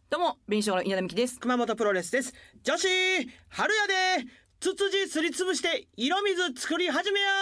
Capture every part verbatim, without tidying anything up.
どうも紅しょうがの稲田美希です。 熊本プロレスです。女子春やでツツジすりつぶして色水作り始めや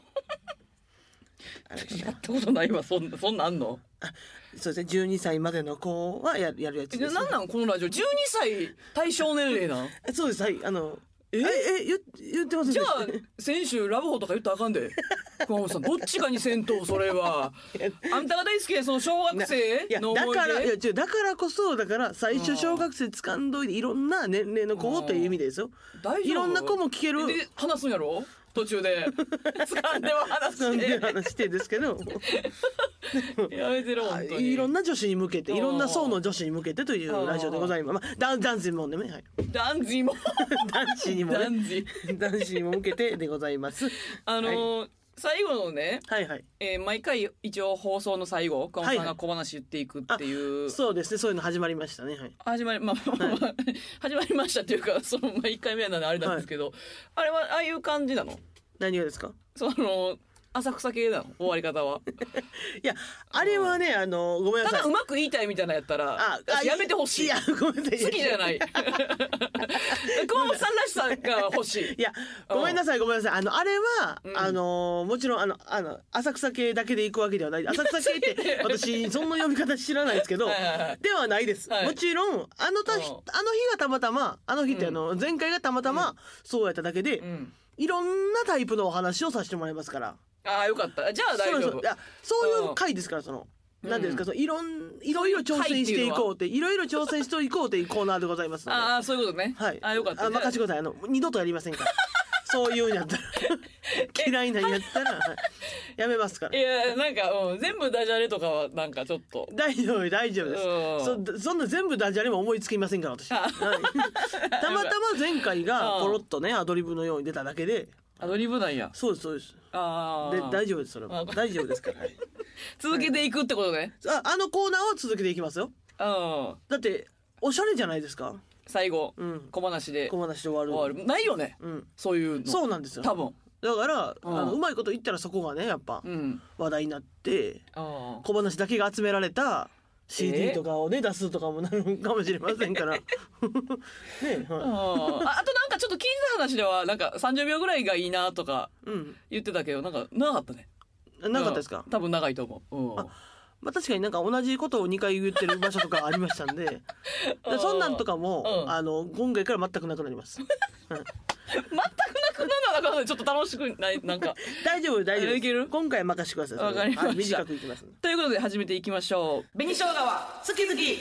やったことないわ。そんなそんなんあんの？ そうですね、じゅうにさいまでの子は や, やるやつです、ね、 なんなんこのラジオじゅうにさい対象年齢なんそうです。はい、あのえええ言, 言ってますじゃあ先週ラブホとか言ったらあかんで熊本さんどっちかにせんとそれはあんたが大好きなその小学生の思い出だからいや違うだからこそだから最初小学生掴んどいていろんな年齢の子をという意味ですよ。 大丈夫？ いろんな子も聞ける。 で話すんやろ途中で掴んでは話して掴んで話してですけどやめてろ本当に。 いろんな女子に向けていろんな層の女子に向けてというラジオでございます。まあ、男男子もね、はい、 男子も男子にも、ね、 男子男子にも向けてでございます。 あのーはい、最後のね、 はいはい、 えー、毎回一応放送の最後熊本さんが小話言っていくっていう、はいはい、 そうですね、そういうの始まりましたね、はい、 始まりまあ、はい、始まりましたっていうかそのまあいっかいめなんであれなんですけど、はい、あれはああいう感じなの？何がですか？ その浅草系なの終わり方いやあれはね、あのごめんなさい、 ただうまく言いたいみたいなやったらああやめてほしい。いやごめんなさい、好きじゃない熊本さんらしさが欲しい。 いやごめんなさいごめんなさい、あのあれは、うん、あのもちろんあのあの浅草系だけで行くわけではない。浅草系って私そんな読み方知らないですけどはいはい、はい、ではないです、はい、もちろんあのたあの日がたまたまあの日ってあの、うん、前回がたまたまそうやっただけで、うん、いろんなタイプのお話をさせてもらいますから。 ああよかった。じゃあ大丈夫。 そうそう、いやそういう回ですから、その何ですか、そのいろんいろいろ挑戦していこうっていろいろ挑戦していこうっていうコーナーでございますので。 ああそういうことね。 はい。 あよかった。 あ任せてください。あの二度とやりませんから。そういうんやったら嫌いなんやったらやめますから。 いやなんか、うん、全部ダジャレとかはなんかちょっと大丈夫大丈夫です。そ, そんな全部ダジャレも思いつきませんから私。はい、たまたま前回がポロッとねアドリブのように出ただけで。 アドリブなんや。 そうですそうです。あで大丈夫です。それは大丈夫ですから、はい、 続けていくってことね。 ああのコーナーは続けていきますよ。あだっておしゃれじゃないですか。 最後、うん、小話で小話で終わる終わるないよね、うん、そういうの。そうなんですよ多分。 だから、うん、あのうまいこと言ったらそこがねやっぱ、うん、話題になって小話だけが集められたシーディー とかをね、えー、出すとかもなるかもしれませんからね、はい、あ, あとなんかちょっと聞いた話ではなんかさんじゅうびょうぐらいがいいなとか言ってたけど、なんか長かったね。 長かったですか？ 多分長いと思う、うん、 あまあ、確かになんか同じことをにかい言ってる場所とかありましたんでそんなんとかも、うん、あの今回から全くなくなります、うん、 全くなくなるのはちょっと楽しくないなんか大丈夫大丈夫いける。 今回任せてください。 わかりました、はい、 短くいきます、ね、 ということで始めていきましょう。紅生姜は好き好き。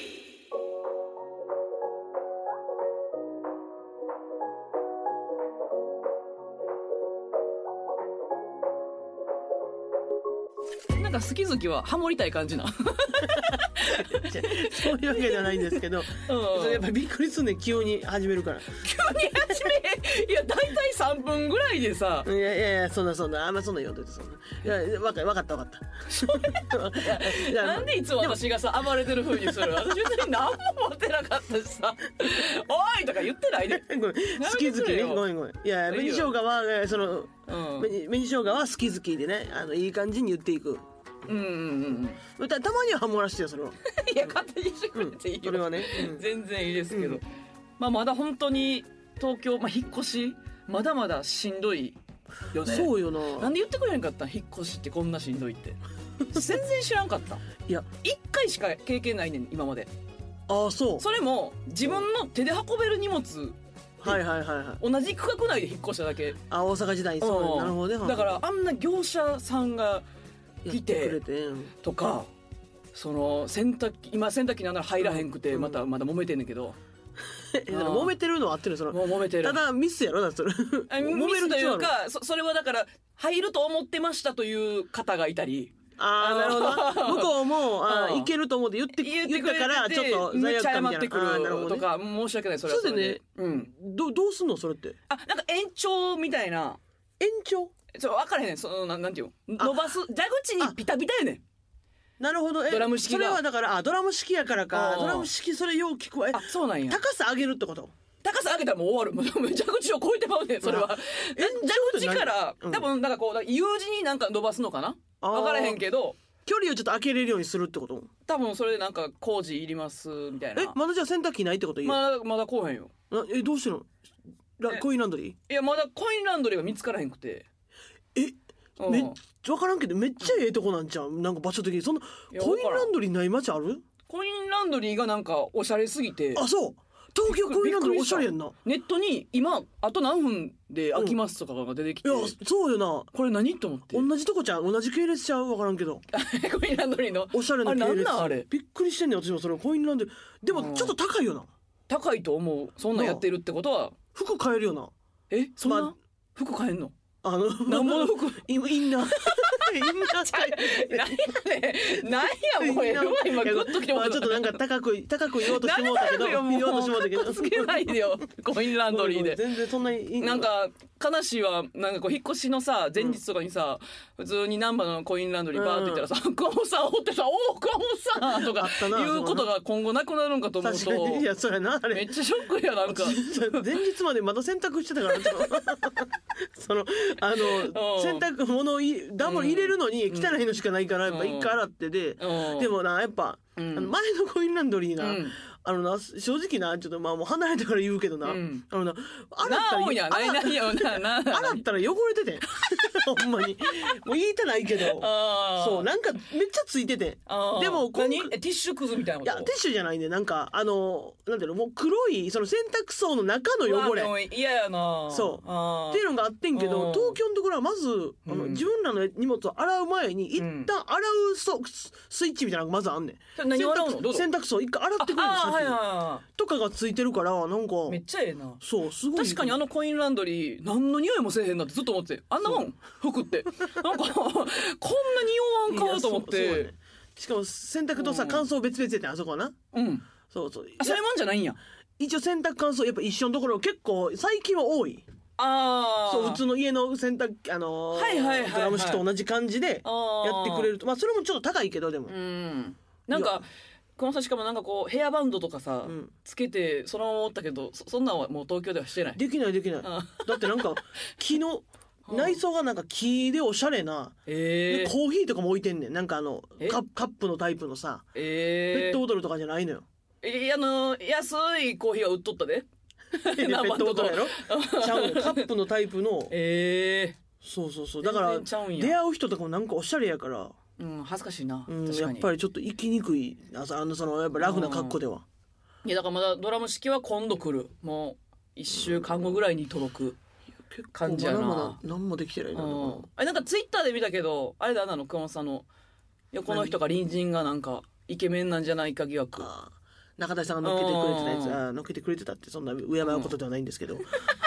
なんか好き好きはハモりたい感じなそういうわけじゃないんですけど、うん、それやっぱりびっくりすんねん急に始めるから。 急に始めいや大体さんぷんぐらいでさいやいやいやそんなそんなあんまそんな読んでてそんないやわか分かった分かったなんでいつも私がさ暴れてる風にする。私別に何も持ってなかったしさおいとか言ってないでごめん好き好きねごめんごめんいや紅生姜はその、うん、紅生姜は好き好きでねあのいい感じに言っていく。うんうんうん、た, たまにはハモらしてよそれは。 いや勝手にしてくれていいよ、うん、 それはね、 うん、全然いいですけど、うん、まあまだ本当に東京、まあ、引っ越しまだまだしんどいよね。 そうよな。 なんで言ってくれへんかったん引っ越しってこんなしんどいって全然知らんかった。いやいっかいしか経験ないねん今まで。 ああそう。 それも自分の手で運べる荷物はいはいはいはい、 同じ区画内で引っ越しただけ。 あ大阪時代にそう、うん、なるほどね。 だからあんな業者さんが来てとかその洗濯機今洗濯機なんなら入らへんくてまたまだ揉めてんねんけど揉めてるのは合ってるそのもう揉めてる。 ただミスやろだそれミスというか そ, それはだから入ると思ってましたという方がいたり。 ああなるほど向こうもあいけると思って言って言ってくからちょっと罪悪感みたいな。めっちゃ謝ってくるとか申し訳ないそれはそれで。そうでね、うん、ど, どうすんのそれって。あなんか延長みたいな。延長そう分からへんねんその な, なんていうの伸ばす蛇口にビタビタやねん。 なるほど。えドラム式がそれはだからあドラム式やからか。ドラム式それよう聞くわ。えあそうなんや。 高さ上げるってこと。 高さ上げたらもう終わる。蛇口を超えてまうねんそれは。蛇口から、うん、多分なんかこう U 字になんか伸ばすのかな分からへんけど距離をちょっと開けれるようにするってこと？ 多分それでなんか工事いりますみたいな。 えまだじゃあ洗濯機ないってこと？ まだまだこうへんよ。 えどうしてんの？ラコインランドリー？ いやまだコインランドリーが見つからへんくて。 えめっちゃ分からんけどめっちゃええとこなんちゃう？なんか場所的にそんなコインランドリーない街ある？ コインランドリーがなんかおしゃれすぎて。 あそう東京コインランドリーおしゃれやんな。 ネットに今あと何分で開きますとかが出てきて、 いやそうよな。 これ何と思って。 同じとこちゃう？同じ系列ちゃう？分からんけどコインランドリーのおしゃれな系列。あれなんなんあれ。 びっくりしてんねん私もそれコインランドリー。でもちょっと高いよな。 高いと思う。そんなんやってるってことは服買えるよな。 えそんな、まあ、服買えんの？ あのなんぼの服インナーインナー何やねん何やもう今グッときてもらった。 ちょっとなんか高く高く言おうとしてもうたけど言おうとしてもうたけどつけないでよコインランドリーで。 全然そんなになんか悲しいわ。なんかこう引っ越しのさ前日とかにさ、うん、普通に難波のコインランドリーバーって言ったらさ、うん、熊本さんおってさおお熊本さんとかいうことが今後なくなるんかと思うといやそれなあれめっちゃショックや。なんか前日までまだ洗濯してたからそのあの洗濯物をダンボール入れるのに汚いのしかないからやっぱ一回洗ってで、うん、でもなやっぱ、うん、あの前のコインランドリーな、うんあのな正直なちょっとまあもう離れてから言うけどな、うん、あのな洗ったらやないないよなな洗ったら汚れててほんまにもう言いたないけどそうなんかめっちゃついててでも何ティッシュくずみたいなこと？ いやティッシュじゃないね。なんかあのなんていうのもう黒いその洗濯槽の中の汚れ嫌やなそうっていうのがあってんけど東京のところはまずあの、うん、自分らの荷物を洗う前に一旦洗うそスイッチみたいなのがまずあんねん。 何洗うの？どうぞ。 洗濯槽一回洗ってくれるんですよはいはい、とかがついてるからなんかめっちゃええな。 そうすごい確かにあのコインランドリー何の匂いもせえへんなってずっと思ってあんなもん服ってなんかこんな匂わんかと思って、ね、 しかも洗濯とさ、うん、乾燥別々やってあそこはなうんそうそうあそういうもんじゃないんや。 一応洗濯乾燥やっぱ一緒のところ結構最近は多い。 あそう普通の家の洗濯あのーはいはいはいはい、ドラム式と同じ感じでやってくれるとまあそれもちょっと高いけどでもうんなんかこの人しかもなんかこうヘアバンドとかさ、うん、つけてそのままおったけど そ, そんなんはもう東京ではしてない。 できないできないだってなんか木の内装がなんか木でおしゃれな、えー、コーヒーとかも置いてんねん。なんかあのカカップのタイプのさ、えー、ペットボトルとかじゃないのよ。 えー、あの安いコーヒーが売っとったでペットボトルやろちゃうよカップのタイプのえー、そうそうそうだから出会う人とかもなんかおしゃれやからうん、恥ずかしいな、 うん、確かにやっぱりちょっと行きにくいあのそのやっぱラフな格好では、 うん、いやだからまだドラム式は今度来るもういっしゅうかんごぐらいに届く感じやな。 まだまだ何もできてないな、うん、 あれなんかツイッターで見たけどあれだなの熊本さんの横の人が隣人がなんかイケメンなんじゃないか疑惑あ中谷さんが乗っけてくれてたやつあ乗っけてくれてたってそんな敬うことではないんですけど、うん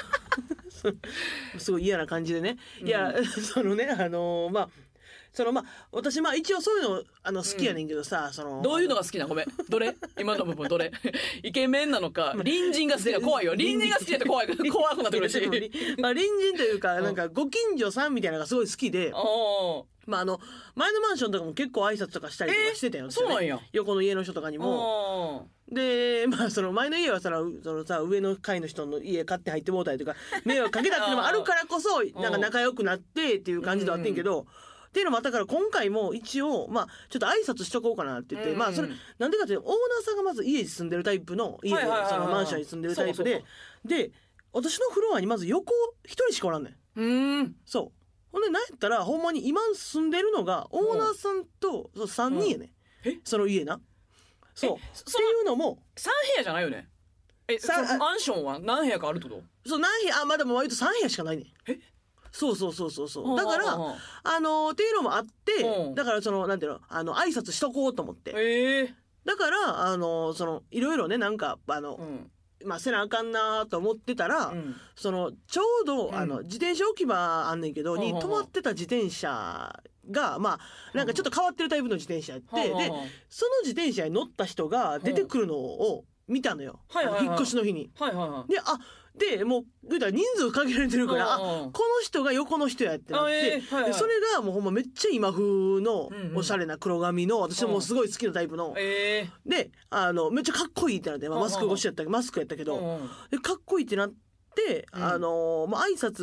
、すごい嫌な感じでねいや、うん、そのねあのー、まあそのまあ私まあ一応そういうのあの好きやねんけどさ、うん、そのどういうのが好きなごめんどれ今の部分どれイケメンなのか隣人が好きな怖いよ隣人が好きだって怖い怖くなってくるしまあ隣人というかなんかご近所さんみたいなのがすごい好きでまああの前のマンションとかも結構挨拶とかしたりとかしてたよ、 えー、そうなんや横の家の人とかにもでまあその前の家はそのそのさ上の階の人の家買って入ってもうたりとか迷惑かけたっていうのもあるからこそなんか仲良くなってっていう感じではあってんけどっていうのもあったから今回も一応まあちょっと挨拶しとこうかなって言って、うん、まあそれなんでかっていうとオーナーさんがまず家に住んでるタイプの家でそのマンションに住んでるタイプでで私のフロアにまず横一人しかおらんねん。うんそうほんでなんやったらほんまに今住んでるのがオーナーさんとそうさんにんやね、うん、えその家なそうっていうのもさん部屋じゃないよねえそのマンションは何部屋かあるってことそう何部屋あまあでも割とさん部屋しかないねんえそうそうそうそうそうだからあのー、っていうのもあってだからそのなんていうのあの挨拶しとこうと思ってえー、だからあのー、そのいろいろねなんかあの、うんまあ、せなあかんなと思ってたら、うん、そのちょうど、うん、あの自転車置き場あんねんけど、うん、に止まってた自転車がまあなんかちょっと変わってるタイプの自転車やって、うん、でその自転車に乗った人が出てくるのを見たのよ、うん、引っ越しの日に。はいはいはい、であでもう言うたら人数限られてるから、あこの人が横の人やってなって、えーはいはい、でそれがもうほんまめっちゃ今風のおしゃれな黒髪の私もすごい好きなタイプの、えー、であのめっちゃかっこいいってなって、まあ、マスク越しやったけどマスクやったけどでかっこいいってなって、うん、あのまあ挨拶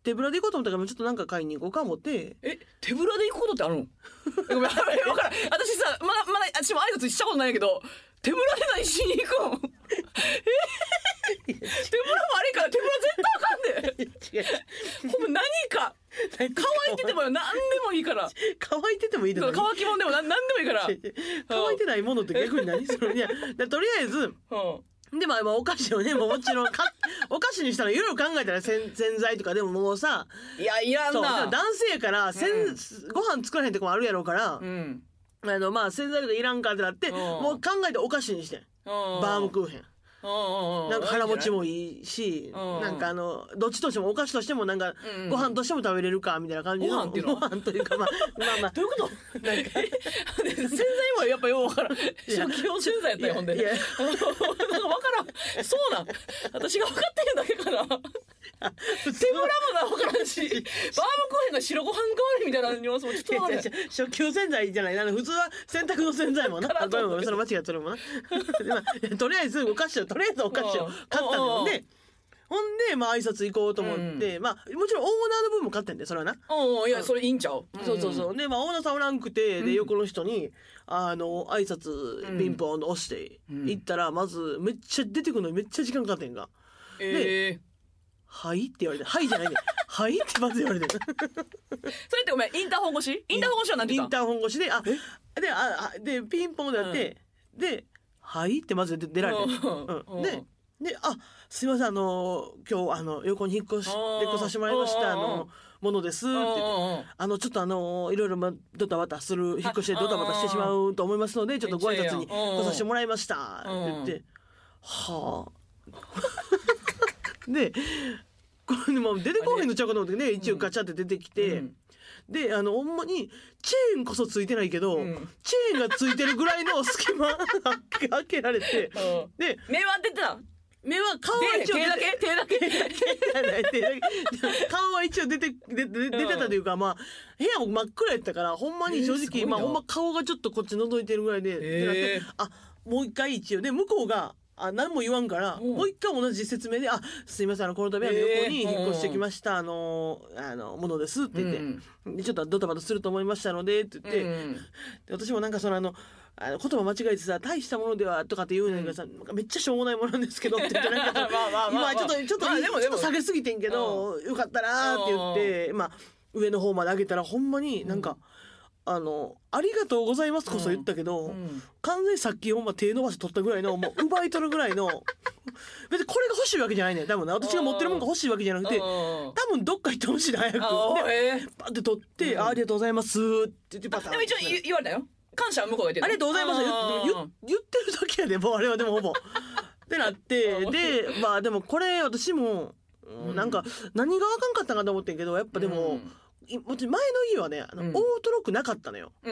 手ぶらで行こうと思ったからちょっとなんか買いに行こうか思って。 え手ぶらで行くことってあるの？ごめん分からん。私さまだまだ私も挨拶したことないけど手ぶらで何しに行くん？え手ぶらもあれから手ぶら絶対あかんで。ほんま何か乾いてても何でもいいから。 乾いててもいいの？ 乾きもんでも何でもいいから。 乾いてないものって逆に何？そのいやとりあえず。うん、でまあ、まあお菓子をねもうもちろんかお菓子にしたらいろいろ考えたら洗洗剤とかでももうさいやいらんな男性やからせん、うん、ご飯作らへんとこもあるやろうから、うん、あのまあ洗剤とかいらんかってなって、うん、もう考えてお菓子にしてん、うん、バームクーヘン。なんか腹持ちもいいし、なんかあのどっちとしてもお菓子としてもなんかご飯としても食べれるかみたいな感じのご飯っていうの？ ご飯というかまあまあまあどういうこと？なんか洗剤もやっぱようわからん。食器用洗剤やったよほんで。いやなんかわからん。そうなん。私が分かってるだけかな。手ぶらもな分からんし、バームクーヘンが白ご飯代わりみたいなニュアンスもちょっと分からん。 食器用洗剤じゃないな。普通は洗濯の洗剤もな。それ間違ってるもんな。とりあえずお菓子をとりあえずお菓子を買ったので。ほんでまあ挨拶行こうと思って、うん、まあもちろんオーナーの分も買ってんでそれはな。 おいやそれいいんちゃう。 そうそうそう。でまあオーナーさんおらんくてで横の人にあの挨拶ピンポン押して行ったらまずめっちゃ出てくるのにめっちゃ時間かかってんが。で、はいって言われてはいじゃないね。はいってまず言われて。それってごめんインターホン越し？インターホン越しは何て言った？ インターホン越しであであでピンポンでやってではいってまず出られて。でであすいませんあの今日あの横に引っ越し引っ越させてもらいましたあのものですって言ってあのちょっとあのいろいろまドタバタする引っ越しでドタバタしてしまうと思いますのでちょっとご挨拶に来させてもらいましたって言ってはあでこれも出てこへんのちゃうかと思ってね一応ガチャって出てきて、うん、であのほんまにチェーンこそついてないけど、うん、チェーンがついてるぐらいの隙間開けられて、 うん、で目は出てた目は顔は一応手だけ手だけ手だけ顔は一応出て出て出てたというか、まあ部屋も真っ暗やったからほんまに正直、まあほんま顔がちょっとこっち覗いてるぐらいで、えー、あもう一回一応で向こうがあ何も言わんから、うん、もう一回同じ説明で「あすいませんあのこの度は横に引っ越してきました、えー、あのあのものです」って言って、うん、でちょっとドタバタすると思いましたのでって言って、うん、で私もなんかそのあのあの言葉間違えてさ大したものではとかって言うんだけどさ、うん、なんかめっちゃしょうもないものなんですけどって言ってなんか今ちょっとちょっと、まあ、でもでも下げすぎてんけど、うん、よかったらって言ってまあ上の方まで上げたらほんまになんか、うん、あのありがとうございますこそ言ったけど、うん、完全にさっきほんま手伸ばして取ったぐらいのもう奪い取るぐらいの別にこれが欲しいわけじゃないね多分ね私が持ってるものが欲しいわけじゃなくて多分どっか行ってほしいな早くでパッて取って、うん、ありがとうございますって言ってパターンでも一応言われたよ感謝は向こうが言ってるありがとうございます言, 言ってるだけやでもうあれはでもほぼってなってでまあでもこれ私も、うん、なんか何があかんかったんかと思ってんけどやっぱでも、うん、もちろん前の家はねあの、うん、オートロックなかったのよ、うん、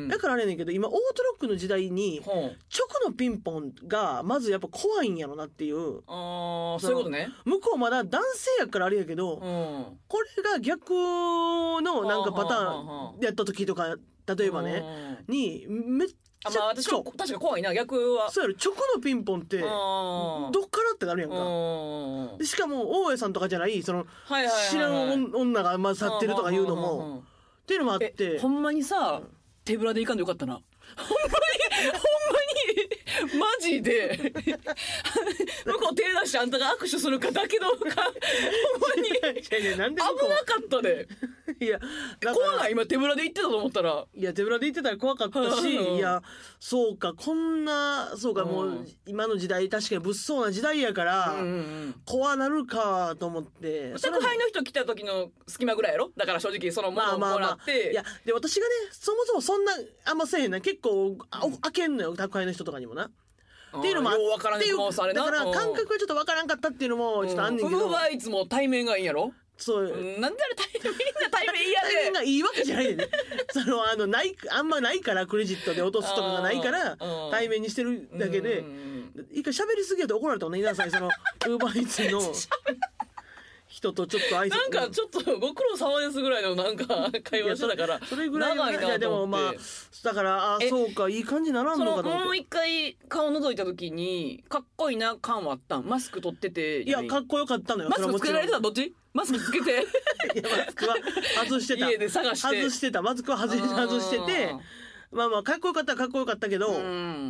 だからあれやねんけど今オートロックの時代に、うん、直のピンポンがまずやっぱ怖いんやろなっていうあそういうことね向こうまだ男性やからあれやけど、うん、これが逆のなんかパターンやった時とか例えばねにめっちゃあまあ私も確か怖いな逆はそうやろ直のピンポンってどっからってなるやんかでしかも大江さんとかじゃないその知らん女がまあ去ってるとかいうのもっていうのもあってほんまにさ、うん、手ぶらでいかんでよかったなほんまにほんまにマジで向こう手出してあんたが握手するかだけどかほんまに危なかったでいや怖ない今手ぶらで行ってたと思ったらいや手ぶらで行ってたら怖かったしいやそうかこんなそうか、うん、もう今の時代確かに物騒な時代やから、うんうん、怖なるかと思って宅配の人来た時の隙間ぐらいやろだから正直そのものをもらって、まあまあまあ、 いやで私がねそもそもそんなあんませえへんな結構あ、うん、開けんのよ宅配の人とかにもなっていうのもあっていうだから感覚がちょっとわからんかったっていうのもちょっとあんねんけど、 うん、はいつも対面がいいんやろそうなんであれ対面対面嫌で対面がいいわけじゃないねそのあのないあんまないからクレジットで落とすとかがないから対面にしてるだけで一回喋りすぎやと怒られたもんね稲田さんにそのウーバーイーツの人とちょっと挨拶なんかちょっとご苦労様ですぐらいのなんか会話してたからそれぐらい長いなと思って。 いやでもまあだからあそうかいい感じならんそののかと思って。 もう一回顔覗いた時にかっこいいな感はあったん。マスク取ってていやかっこよかったのよ。 マスクつけられてたそどっちマスクつけてれはもちろんいやマスクは外してた家で探して外してたマスクは外し外しててまあまあかっこよかったらかっこよかったけど、 うん、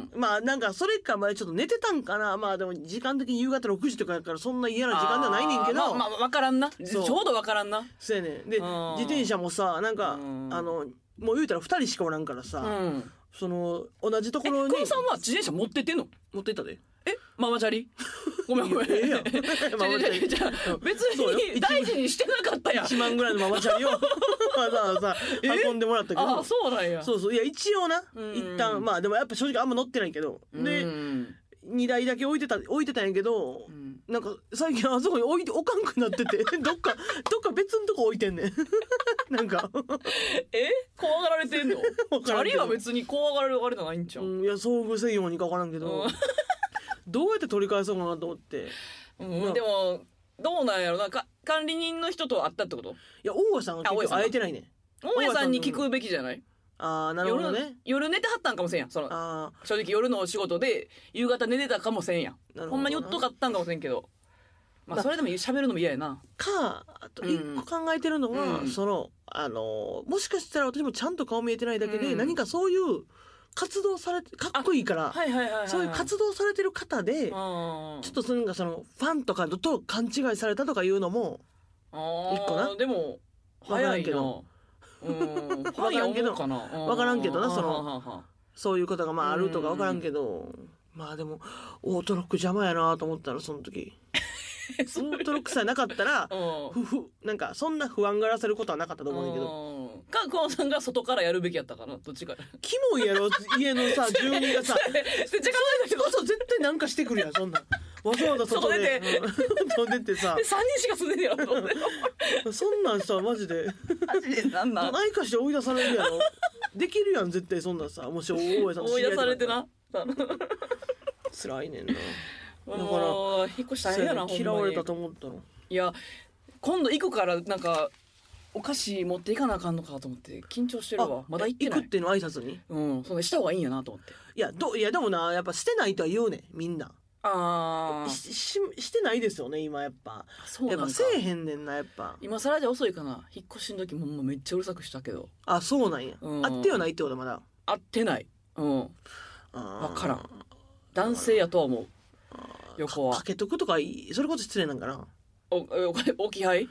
まあなんかそれかまあちょっと寝てたんかな。まあでも時間的に夕方ろくじとかだからそんな嫌な時間ではないねんけど、 あまあまあ分からんな。ちそうょうど分からんな。 そうやねんでうん自転車もさなんかうんあのもう言うたらふたりしかおらんからさ、 うんその同じとこえろに久野さんは自転車持ってってんの？ 持ってったで。 えママチャリごめんごめんええやんママチャリじゃあ別そうよに大事にしてなかったやんいちまんぐらいのママチャリをわざわざえ運んでもらったけどあそうなんやそうそういや一応なうん一旦まあでもやっぱ正直あんま乗ってないけどでうんにだいだけ置いてた置いてたんやけどうんなんか最近あそこに置いて置かんくなっててどっかどっか別のとこ置いてんねんなんかえ怖がられてんの？チャリわからんけどは別に怖がられるあれじゃないんちゃう？ うんいや遭遇せんようにか分からんけどうんどうやって取り返そうかなと思ってうんでもどうなんやろなか管理人の人と会ったってこと？ いや大家さんが結局あ大家さん会えてないねん。 大家さんに聞くべきじゃない？ ああなるほど夜ね。 夜寝てはったんかもしれんやん。そのあ正直夜のお仕事で夕方寝てたかもしれんやん。 なるほどなほんまにうっとかったんかもしれんけど、まあそれでも喋るのも嫌やな。 かあと一個考えてるのは、 うんそのあのもしかしたら私もちゃんと顔見えてないだけで、 うん何かそういう活動されてかっこいいから、 はいはいはいはい。 そういう活動されてる方で、ち動ょっとそのそのファンとかと勘違いされたとかいうのも一個なでもわから早いな。 んけどうん。ファンわからんけどや思うかな。 わからんけどなうんそのははははそういうことがまああるとか分からんけど、まあでもオートロック邪魔やなと思ったらその時オートロックさえなかったらうんふふなんかそんな不安がらせることはなかったと思うんだけど。 うんか久野さんが外からやるべきやったかなどっちか。 キモいやろ家のさ住人がさめっちゃ考えたけどこそ絶対なんかしてくるやんそんなんわざわざ外で外うん外出てさ三人しか住んでんねやろと思って。 そんなんさマジでマジでなんなん？ 何かして追い出されるやろできるやん絶対そんなんさもし大家さんの追い出されて知り合いな。 とか辛いねんなもう引っ越したらええやなほんまに。 嫌われたと思ったのいや今度行くからなんかお菓子持っていかなあかんのかと思って緊張してるわ。まだ行ってない。 行くっていうの挨拶にうんそれした方がいいんやなと思って。 いやどいやでもなやっぱしてないとは言うねんみんなああしししてないですよね今やっぱそうなんかやっぱせえへんねんなやっぱ今更じゃ遅いかな。引っ越しの時もほんまめっちゃうるさくしたけどあそうなんやうんあってはないってことまだ合ってない。うんわ分からん男性やとは思う。横はかけとくとかいいそれこそ失礼なんかなおお置き配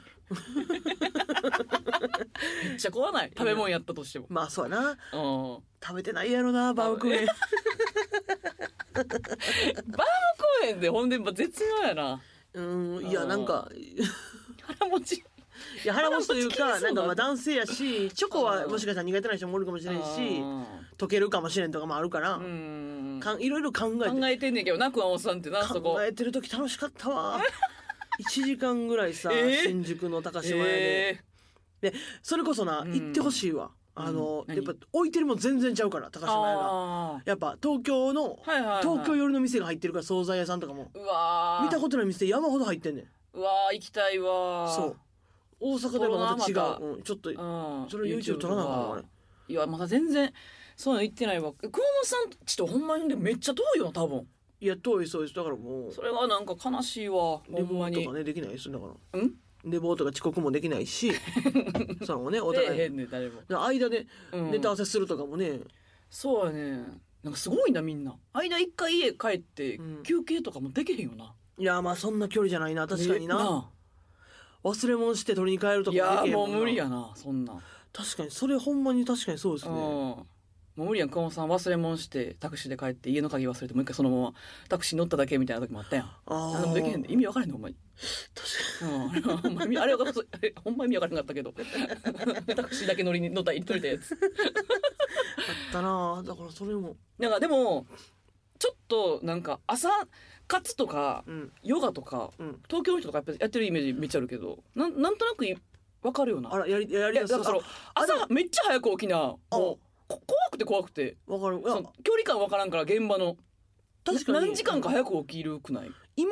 めっちゃ怖ない食べ物やったとしても。 まあそうやなうん食べてないやろなバウムクーヘンバームクーヘンでほんで絶妙やな。 うんいやなんか腹持ちいや腹持ちという腹持ち気にすんのかなんかまあ男性やしチョコはもしかしたら苦手な人もおるかもしれんし溶けるかもしれんとかもあるからうんかんいろいろ考えて考えてんねんけどな桑本さんってなそこ考えてる時楽しかったわいちじかんぐらいさ、 えー新宿の高島屋で、 えでそれこそな、 うん行ってほしいわあの、 うんやっぱ置いてるもん全然ちゃうから高ー、 島屋があやっぱ東京の、 はいはいはい東京寄りの店が入ってるから惣菜屋さんとかもーうわー見たことない店山ほど入ってんねんうわー行きたいわーそう大阪でもまた違う、 コロナまたうん、ちょっとうんそれ YouTube 撮らなあかんわ俺いやまだ全然そういうの言ってないわ。桑本さんちとほんまにでめっちゃ遠いよな多分。 いや遠いそうですだからもうそれはなんか悲しいわほレボんまにーとかねできないですだからんレボーとか遅刻もできないしそのねお出互いえへんねん誰も、 間でうんネタ合わせするとかもね、 そうやねなんかすごいなみんな間一回家帰ってうん休憩とかもできへんよな、 いやまあそんな距離じゃないな確かにな、 ねな忘れ物して取りに帰るといやかもできへんもなもうん無理やなそんなん、 確かにそれほんまに確かにそうですうんねもう無理やん桑本さん忘れ物してタクシーで帰って家の鍵忘れてもう一回そのままタクシー乗っただけみたいな時もあったやん。 ああでもできへんで意味分からへんのほんまに。 確かうん、ほんまにあれはあれほんまに意味分からへんかったけどタクシーだけ乗りに乗った乗りたやつにあったなだからそれもなんかでもちょっとなんか朝活とかうんヨガとかうん東京の人とかやっぱりやってるイメージめっちゃあるけどなんなんとなく分かるよな。 あらやりやいりやすいやだからその朝めっちゃ早く起きなもうあこ怖くて怖くてわかるいやその距離感分からんから現場の確かに何時間か早く起きるくない？ 今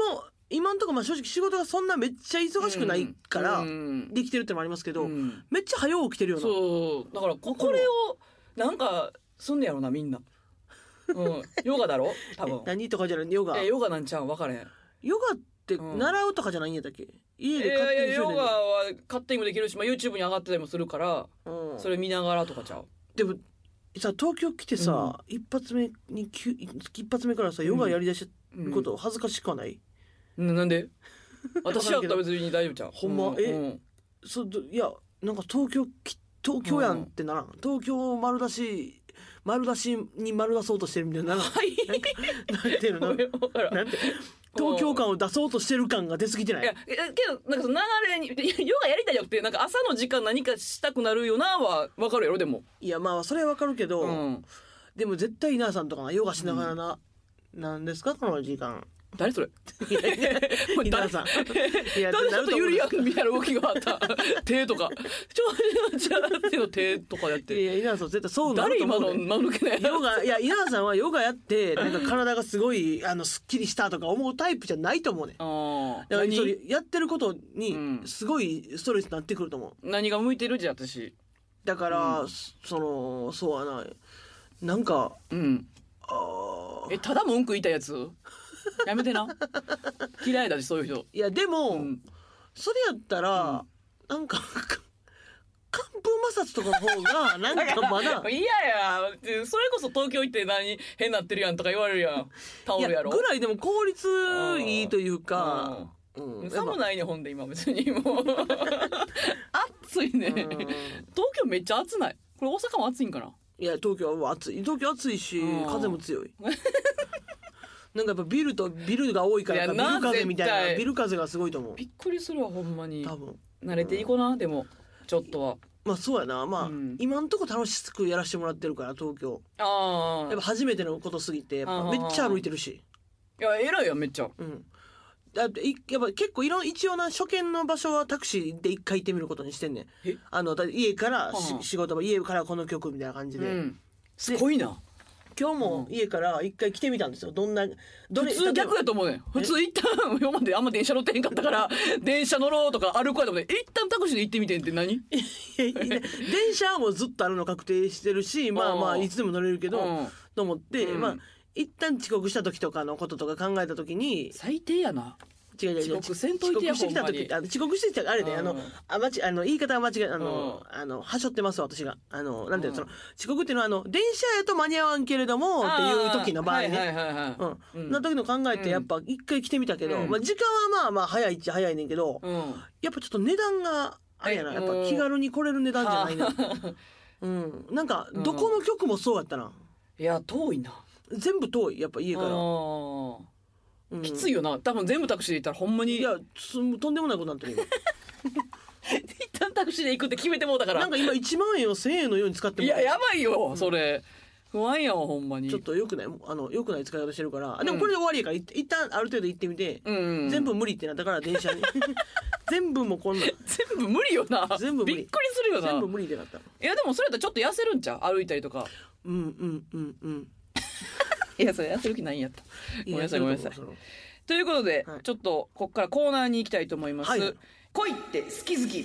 今んとこまあ正直仕事がそんなめっちゃ忙しくないからうんできてるってのもありますけど、 うんめっちゃ早起きてるよな。 そうだからここれをなんかすんねやろなみんな、うん、ヨガだろ多分何とかじゃないヨガえヨガなんちゃうん分からへん。 ヨガって習うとかじゃないんやったっけ、家で勝手にヨガは勝手にもできるし、まあ、YouTube に上がってたりもするから、 うん、 それ見ながらとかちゃう。 でもさ東京来てさ、うん、一発目に一発目からさヨガやりだしてること恥ずかしくはない、 うんうん、なんで私やったら別に大丈夫ちゃうほんま、うん、え、うん、そいやなんか東京東京やんってならん、うん、東京丸出し丸出しに丸出そうとしてるみたいなならん、はい、なんかなんていうのなんなんて東京感を出そうとしてる感が出過ぎてない。いやけどなんかその流れにヨガやりたいよってなんか朝の時間何かしたくなるよなは分かるやろ。でもいやまあそれは分かるけど、うん、でも絶対稲さんとかがヨガしながらな、うん、なんですかこの時間誰それ稲さんいやちょっとユリアンみたいな動きがあった手とかちょちょちょ手とかやっていや稲さん絶対そうなると思う、ね、 誰今の間抜けないヨガいや稲さんはヨガやってなんか体がすごいあのすっきりしたとか思うタイプじゃないと思うね。あだからそれやってることにすごいストレスになってくると思う、 うん、何が向いてるじゃん私だから、うん、そのそうはないなんか、うん、 あえただ文句言いたいやつやめてな嫌いだしそういう人。いやでも、うん、それやったら、うん、なんか寒風摩擦とかの方がなんかまだいやいやそれこそ東京行って何変なってるやんとか言われるやんタオルやろぐらいでも効率いいというか、 うんうん、寒ないねほんで今別にもう暑いね、うん、東京めっちゃ暑ないこれ大阪も暑いんかな。 いや東京は暑い東京暑いし風も強いなんかやっぱビルとビルが多いからビル風みたいなビル風がすごいと思う。 びっくりするわほんまに。 多分慣れていこうな、うん、でもちょっとはまあそうやなまあ、うん、今んとこ楽しくやらせてもらってるから東京あやっぱ初めてのことすぎてやっぱめっちゃ歩いてるしいや偉いやんめっちゃ、うん、 だってやっぱ結構いろん一応な初見の場所はタクシーで一回行ってみることにしてんねん。あのだ家からし、はあ、仕事場家からこの曲みたいな感じで、うん、 すごいな。 今日も家から一回来てみたんですよ。どんなどれ普通逆やと思うねん。普通一旦今まであんま電車乗ってへんかったから電車乗ろうとか歩こうと思って一旦タクシーで行ってみてんって何電車はもうずっとあるの確定してるしまあまあいつでも乗れるけどと思って、うん、まあ一旦遅刻した時とかのこととか考えた時に最低やな。 違う違う違う遅刻せんといてや遅刻してきた時あの遅刻してきたあれで、ね、あのあ間違あの言い方は間違いあのあのはしょってます私があのなんていうのその遅刻っていうのはあの電車やと間に合わんけれどもっていう時の場合ねうんの時の考えてやっぱ一回来てみたけど、うん、まあ時間はまあまあ早いっちゃ早いねんけど、うん、やっぱちょっと値段があれやなやっぱ気軽に来れる値段じゃないなうんなんかどこの局もそうやったな。 いや遠いな全部遠いやっぱ家から。 うん、きついよな多分全部タクシーで行ったらほんまにいやとんでもないことになってる今一旦タクシーで行くって決めてもうたからなんか今いちまんえんをせんえんのように使ってもいややばいよ、うん、それ不安やわほんまにちょっとよくないあのよくない使い方してるから、うん、でもこれで終わりやから一旦ある程度行ってみて、うんうん、全部無理ってなったから電車に全部もこんな全部無理よな全部無理びっくりするよな全部無理ってなった。いやでもそれだとちょっと痩せるんちゃう歩いたりとかうんうんうんうんいやそれ痩せる気ないんやったごめんなさいごめんなさいということで、はい、ちょっとここからコーナーに行きたいと思います、はい、恋って好き好き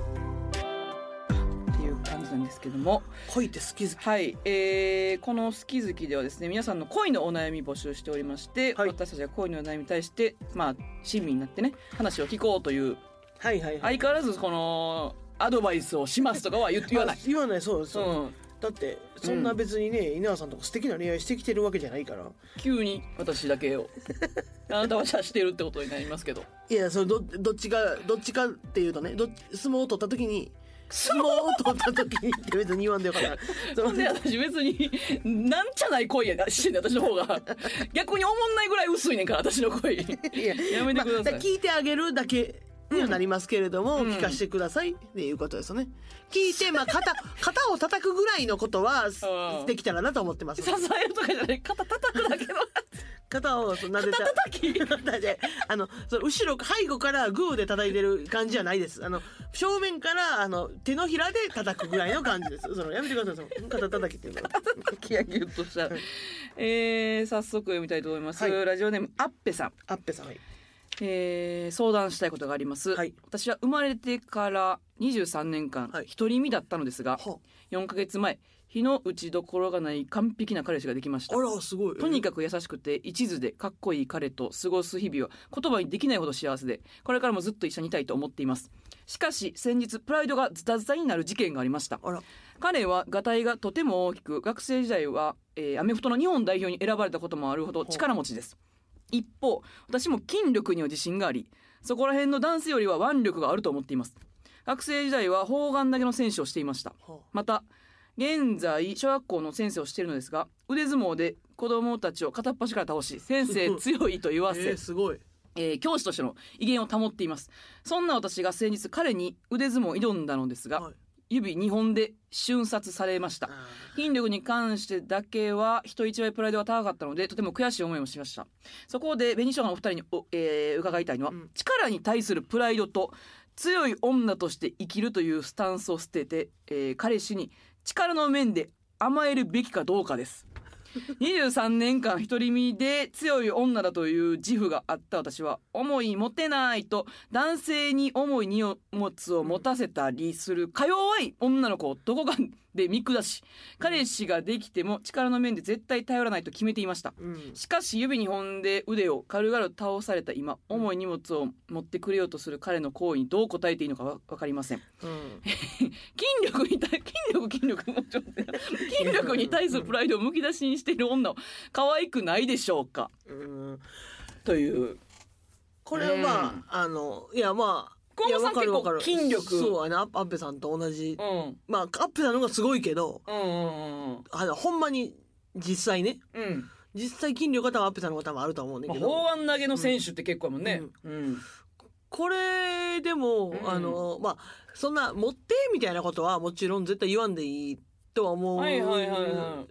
っていう感じなんですけども恋って好き好きはい、えー、この好き好きではですね皆さんの恋のお悩み募集しておりまして、はい、私たちが恋のお悩みに対してまあ親身になってね話を聞こうという、はいはいはい、相変わらずこのアドバイスをしますとかは言わない言わないそうです、うんだってそんな別にね、うん、稲葉さんとか素敵な恋愛してきてるわけじゃないから急に私だけをあなたは謝してるってことになりますけどいやそれ ど, どっちがどっちかっていうとねど相撲を取った時に相撲を取った時にって別に言わんでよかったそんで私別になんちゃない恋やしてんね私の方が逆におもんないぐらい薄いねんから私の恋いややめてください、 まあ、聞いてあげるだけにはなりますけれども、うん、聞かせてくださいっていうことですよね。聞いて、まあ、肩、肩を叩くぐらいのことはできたらなと思ってます。 支えるとかじゃない、肩叩くだけの。 肩をなでた。 肩叩きあの、その後ろ、背後からグーで叩いてる感じじゃないです。あの、正面から、あの、手のひらで叩くぐらいの感じです。その、やめてください。その肩叩きっていうのは。 肩叩きやぎゅっとした。えー、早速読みたいと思います。はい、ラジオネーム、アッペさん。 アッペさん、はい。 えー、相談したいことがあります、 はい、 私は生まれてからにじゅうさんねんかん独り身だったのですが、 はよんかげつまえ日の打ちどころがない完璧な彼氏ができました。 あらすごい。 とにかく優しくて一途でかっこいい彼と過ごす日々は言葉にできないほど幸せで、これからもずっと一緒にいたいと思っています。しかし先日プライドがズタズタになる事件がありました。 あら、 彼はがたいがとても大きく、学生時代は、えーアメフトの日本代表に選ばれたこともあるほど力持ちです。一方私も筋力には自信があり、そこら辺の男性よりは腕力があると思っています。学生時代は砲丸投げの選手をしていました。また現在小学校の先生をしているのですが、腕相撲で子どもたちを片っ端から倒し、先生強いと言わせ、 えー、すごい、 えー教師としての威厳を保っています。そんな私が先日彼に腕相撲を挑んだのですが、 はい、 指にほんで瞬殺されました。筋力に関してだけは人一倍プライドが高かったので、とても悔しい思いもしました。そこで紅しょうがのお二人にお、えー伺いたいのは、うん、力に対するプライドと強い女として生きるというスタンスを捨てて、えー彼氏に力の面で甘えるべきかどうかです。にじゅうさんねんかん独り身で強い女だという自負があった私は、重い持てないと男性に重い荷物を持たせたりするか弱い女の子をどこかで見下し、彼氏ができても力の面で絶対頼らないと決めていました、うん、しかし指にほんで腕を軽々倒された今、重い荷物を持ってくれようとする彼の行為にどう答えていいのか分かりません、うん、筋力に対筋力筋力もちょっと筋力に対するプライドをむき出しにしている女は可愛くないでしょうか、うん、という。 これはまあ、うん、あのいやまあ河野さん結構筋力、 そうやな、アッペさんと同じ、うん、まあアッペさんの方がすごいけど、うんうんうん、あのほんまに実際ね、うん、実際筋力が多分アッペさんの方が多分あると思うんだけど、 砲丸投げの選手って結構やもんね、うんうんうん、 これでも、うん、あのまあそんな持ってみたいなことはもちろん絶対言わんでいいとは思うし、はいはいはいはい、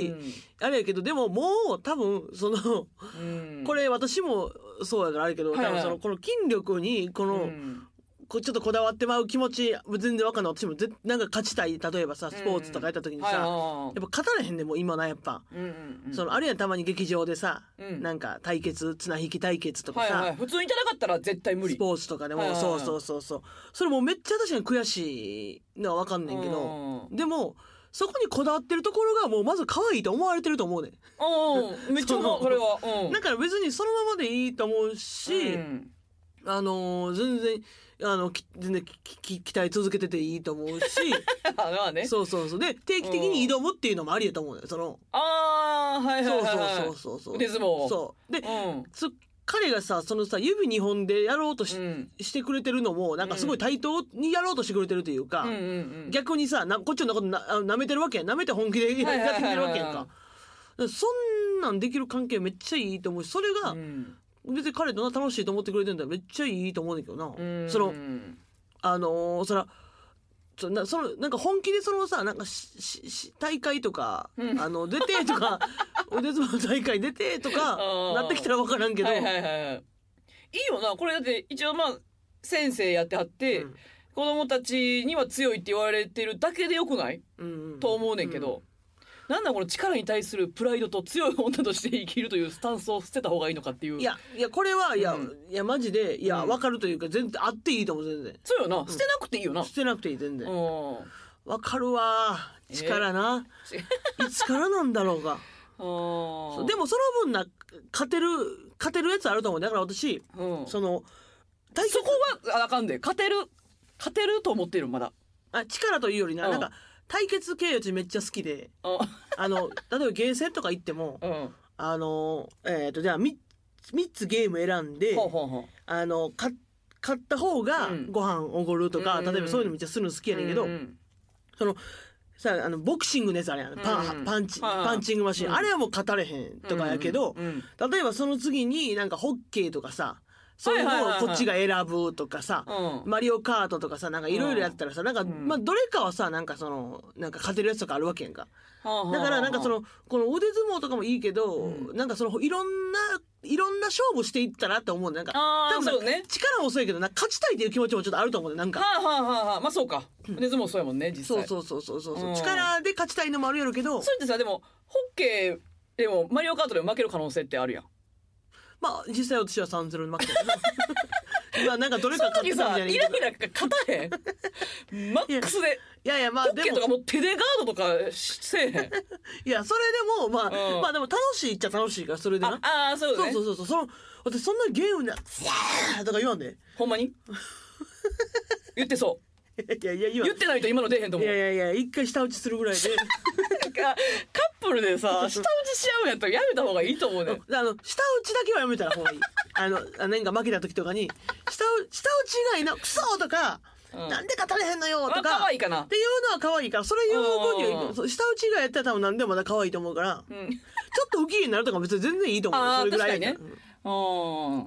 うん、あれやけどでももう多分その、うん、これ私もそうやからあれけど、はいはい、多分そのこの筋力にこの、うん、こちょっとこだわってまう気持ち全然分かんない。私もぜなんか勝ちたい、例えばさスポーツとかやった時にさ、うんはいはい、やっぱ勝たれへんでも今なやっぱ、うんうんうん、そのあるやんたまに劇場でさ、うん、なんか対決綱引き対決とかさ、はいはい、 普通に戦ったら絶対無理、 スポーツとかでも、はいはいはい、そうそうそうそう、それもめっちゃ確かに悔しいのは分かんねんけど、うん、でもそこにこだわってるところがもうまず可愛いと思われてると思うねん。 うんめっちゃこれは、うん、 だから別にそのままでいいと思うし、うん、あのー、全然あの全然きき鍛え続けてていいと思うしまあね、 そうそうそうで定期的に挑むっていうのもありやと思うねん。そのあーはいはいはい、はい、 そうそうそうそう腕相撲そうで、 うん、 そ彼がさそのさ指にほんでやろうと し,、うん、してくれてるのもなんかすごい対等にやろうとしてくれてるというか、うんうんうん、逆にさなこっちのことな舐めてるわけやん、舐めて本気でやってくれるわけやんか。そんなんできる関係めっちゃいいと思うし、それが、うん、別に彼とな楽しいと思ってくれてるんだらめっちゃいいと思うんだけどな、うん、そのあのー、そらそなそのなんか本気でそのさなんかしし大会とか、うん、あの出てとか腕相撲大会出てとかなってきたら分からんけど、はいはいはい、 いいよなこれ。だって一応まあ先生やってはって、うん、子供たちには強いって言われてるだけでよくない、うんうん、と思うねんけど、うんなんだこの力に対するプライドと強い女として生きるというスタンスを捨てた方がいいのかっていう。 いやいやこれはいや、うん、いやマジでいや、うん、分かるというか全然あっていいと思う。全然そうよな、うん、捨てなくていいよな。 捨てなくていい全然分かるわ力な、えー、いつからなんだろうがそうでもその分な勝てる勝てるやつあると思う。だから私、うん、そのそこはあかんで勝てる勝てると思ってるまだ。 あ力というよりな、うん、なんか対決系やつめっちゃ好きで、あの例えばゲーセンとか行っても、うん、あのえっ、ー、とじゃあ み, みっつゲーム選んで、ほうほうほうあのか買った方がご飯おごるとか、うん、例えばそういうのめっちゃするの好きやねんけど、うんうん、そのさあのボクシングのやつあれやん、パン、うん、パンチ、パンチングマシン、うん、あれはもう勝たれへんとかやけど、うんうんうん、例えばその次になんかホッケーとかさそういうのをこっちが選ぶとかさ、うん、マリオカートとかさなんかいろいろやったらさなんか、うん、まあどれかはさなんかそのなんか勝てるやつとかあるわけやんか、うん、だからなんかそのこの腕相撲とかもいいけど、うん、なんかそのいろんないろんな勝負していったらって思うね。なんか多分そう、ね、力もそうやけどな勝ちたいっていう気持ちもちょっとあると思うね。なんかはあはあはあまあそうか腕相撲そうやもんね実際。 そうそうそうそうそう、うん、力で勝ちたいのもあるやろけど、 それってさでもホッケーでもマリオカートでも負ける可能性ってあるやん。 まあ実際私は さんたいゼロ で負けたけど今なんかどれか勝ってたみたいなイライラが勝たへんマックスでいやいやまあポッケとかもう手でガードとかせえへんいやそれでもまあ、 うん、 まあでも楽しいっちゃ楽しいからそれでなああそうねそうそうそうその私そんなゲームで「スヤー!」とか言わんでほんまに言ってそういやいや言わん言ってないと今の出へんと思ういやいやいや一回舌打ちするぐらいでなんかカップルでさ舌打ちし合うんやったらやめた方がいいと思うねあの舌打ちだけはやめたらほうがいいあのあなんか負けた時とかに舌打舌打ち以外の「クソ!」とか、うん、なんで勝たれへんのよとか可愛いかなっていうのは可愛いからそれ言う分に舌打ち以外やったら多分何でもまだ可愛いと思うから、うん、ちょっと不機嫌になるとか別に全然いいと思うそれぐらいね、うん、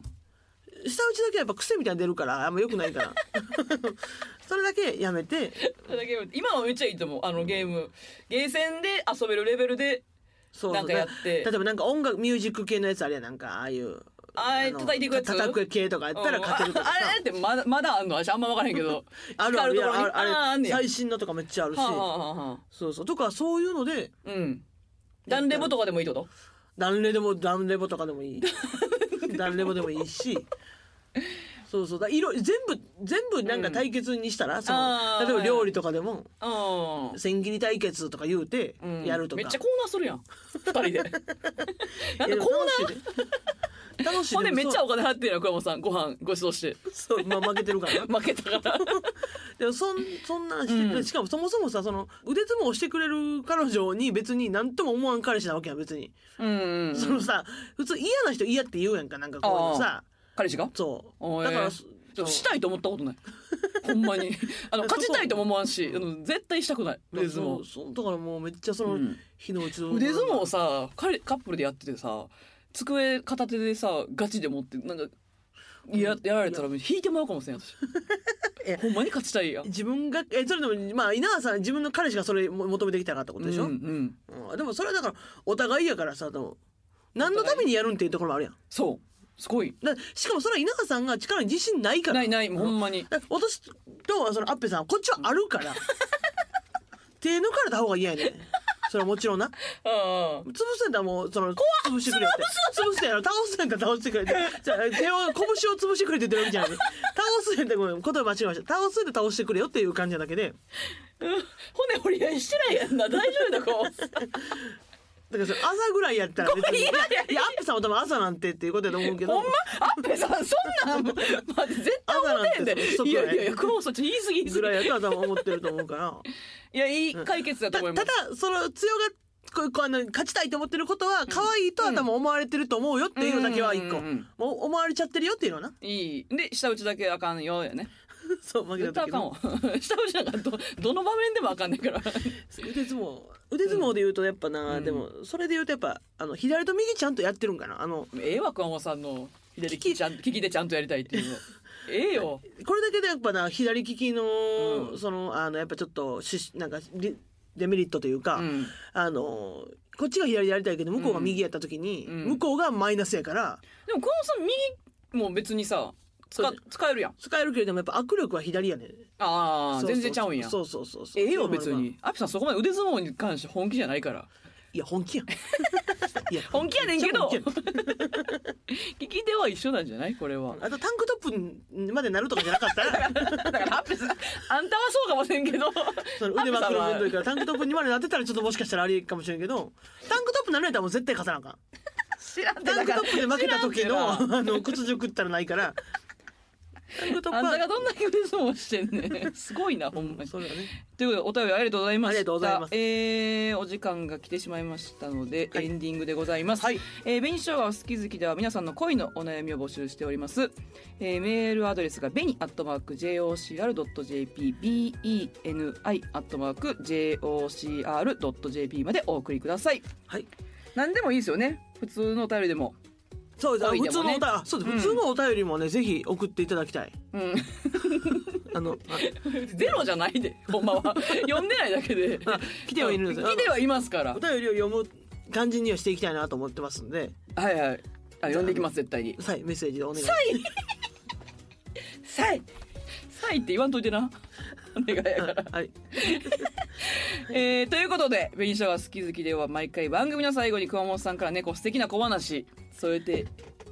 舌打ちだけはやっぱ癖みたいに出るからあんま良くないからそれだけやめて今はめっちゃいいと思うあのゲームゲーセンで遊べるレベルでなんかやって例えばなんか音楽ミュージック系のやつあるやんなんかああいうあれ叩いていくやつ叩く系とかやったら勝てるとかさ、 うん、あ, あれってまだまだあんの私あんま分からへんけどあるあるあるあれ最新のとかめっちゃあるし、はあはあはあ、そうそうとかそういうのでうんダンレボとかでもいいってことダンレでもダンレボとかでもいいダンレボでもいいしそうそうだ色全部全部なんか対決にしたら、うん、その例えば料理とかでも千切り対決とか言うてやるとか、 うん、めっちゃコーナーするやんふたりでなんかコーナー楽しいほんでめっちゃお金払ってるやん桑本さんご飯ご馳走してそう、まあ、負けてるから負けたからでもそんそんなんしてくれ、うん、しかもそもそもさその腕相撲をしてくれる彼女に別に何とも思わん彼氏なわけやん別に、うんうんうん、そのさ普通嫌な人嫌って言うやんかなんかこういうのさ彼氏がそうだからしたいと思ったことないほんまにあの勝ちたいとも思わんしあの絶対したくない腕相撲そうだからもうめっちゃその、うん、火の打ち腕相撲をさカップルでやっててさ机片手でさガチで持ってなんかや, やられたら引いてもらうかもしれん私ほんまに勝ちたいやん自分がえそれでもまあ稲川さん自分の彼氏がそれ求めてきたかってことでしょ、うんうんうん、でもそれはだからお互いやからさでも何のためにやるんっていうところもあるやんそうすごいだしかもそれは稲川さんが力に自信ないからないないほんまに私とそのアッペさんはこっちはあるから手抜かれた方が嫌やねんそれはもちろんな潰せんだもうその潰してくれって潰せんやろ倒せんだ倒してくれってじゃあ手を拳を潰してくれって言ってるわけじゃない倒せんってごめん言葉間違えました倒せんで倒してくれよっていう感じなだけで、 うん、骨折り合いしてないやんな大丈夫だこうだからそれ朝ぐらいやったら別にいやいやいやアッペさんは多分朝なんてっていうことだと思うけどほんまアッペさんそんなんまあ、絶対思ってんでいやいやいやクモそっち言い過ぎぐらいやったら多分思ってると思うからいやいい解決だと思います、 うん、た, ただその強がここあの勝ちたいと思ってることは可愛いとは多分思われてると思うよっていうのだけは一個、うんうんうん、もう思われちゃってるよっていうのはないいで下打ちだけあかんよやねそう負けた時も下打ちなんか ど, どの場面でもあかんねんから腕相撲腕相撲で言うとやっぱな、うん、でもそれで言うとやっぱあの左と右ちゃんとやってるんかなあのええわ桑本さんの左利きちゃん利きでちゃんとやりたいっていうのええよこれだけでやっぱな左利きの、うん、そのあのやっぱちょっとしなんかデメリットというか、うん、あのこっちが左でやりたいけど向こうが右やった時に、うん、向こうがマイナスやからでも桑本さん右も別にさ使, 使えるやん使えるけれどもやっぱ握力は左やねんああ全然ちゃうんやそうそうそうそうええよ別にアピさんそこまで腕相撲に関して本気じゃないからいや本気やんいや本気やねんけど利き手は一緒なんじゃないこれはあとタンクトップまでなるとかじゃなかったらだからアピさんあんたはそうかもしれんけどその腕まくる分というからタンクトップにまでなってたらちょっともしかしたらありかもしれんけどタンクトップなるやったらもう絶対勝たなあかん知らんタンクトップで負けた時のあの屈辱ったらないからあんたがどんな腕相撲してんねんすごいなほんまに、うん、 そうだね、 ということでお便りありがとうございました。ありがとうございます、えー、お時間が来てしまいましたので、はい、エンディングでございます、はいえー、紅生姜好き好きでは皆さんの恋のお悩みを募集しております、えー、メールアドレスがベニアットマーク ジェイオーシーアールドットジェーピー ベニアットマーク ジェイオーシーアールドットジェーピー までお送りください。はい何でもいいですよね普通のお便りでもそうです、ね、普通のお便り、そうです、うん、普通のお便りもねぜひ送っていただきたい、うん、あのゼロじゃないでほんまは読んでないだけで来てはいるんですよ来てはいますからお便りを読む感じにはしていきたいなと思ってますんではいはいあ読んでいきます絶対にはいメッセージでお願いしますサイサイって言わんといてなお願いやからはいえー、ということで紅生姜好き好きでは毎回番組の最後に熊本さんからねこう素敵な小話添えて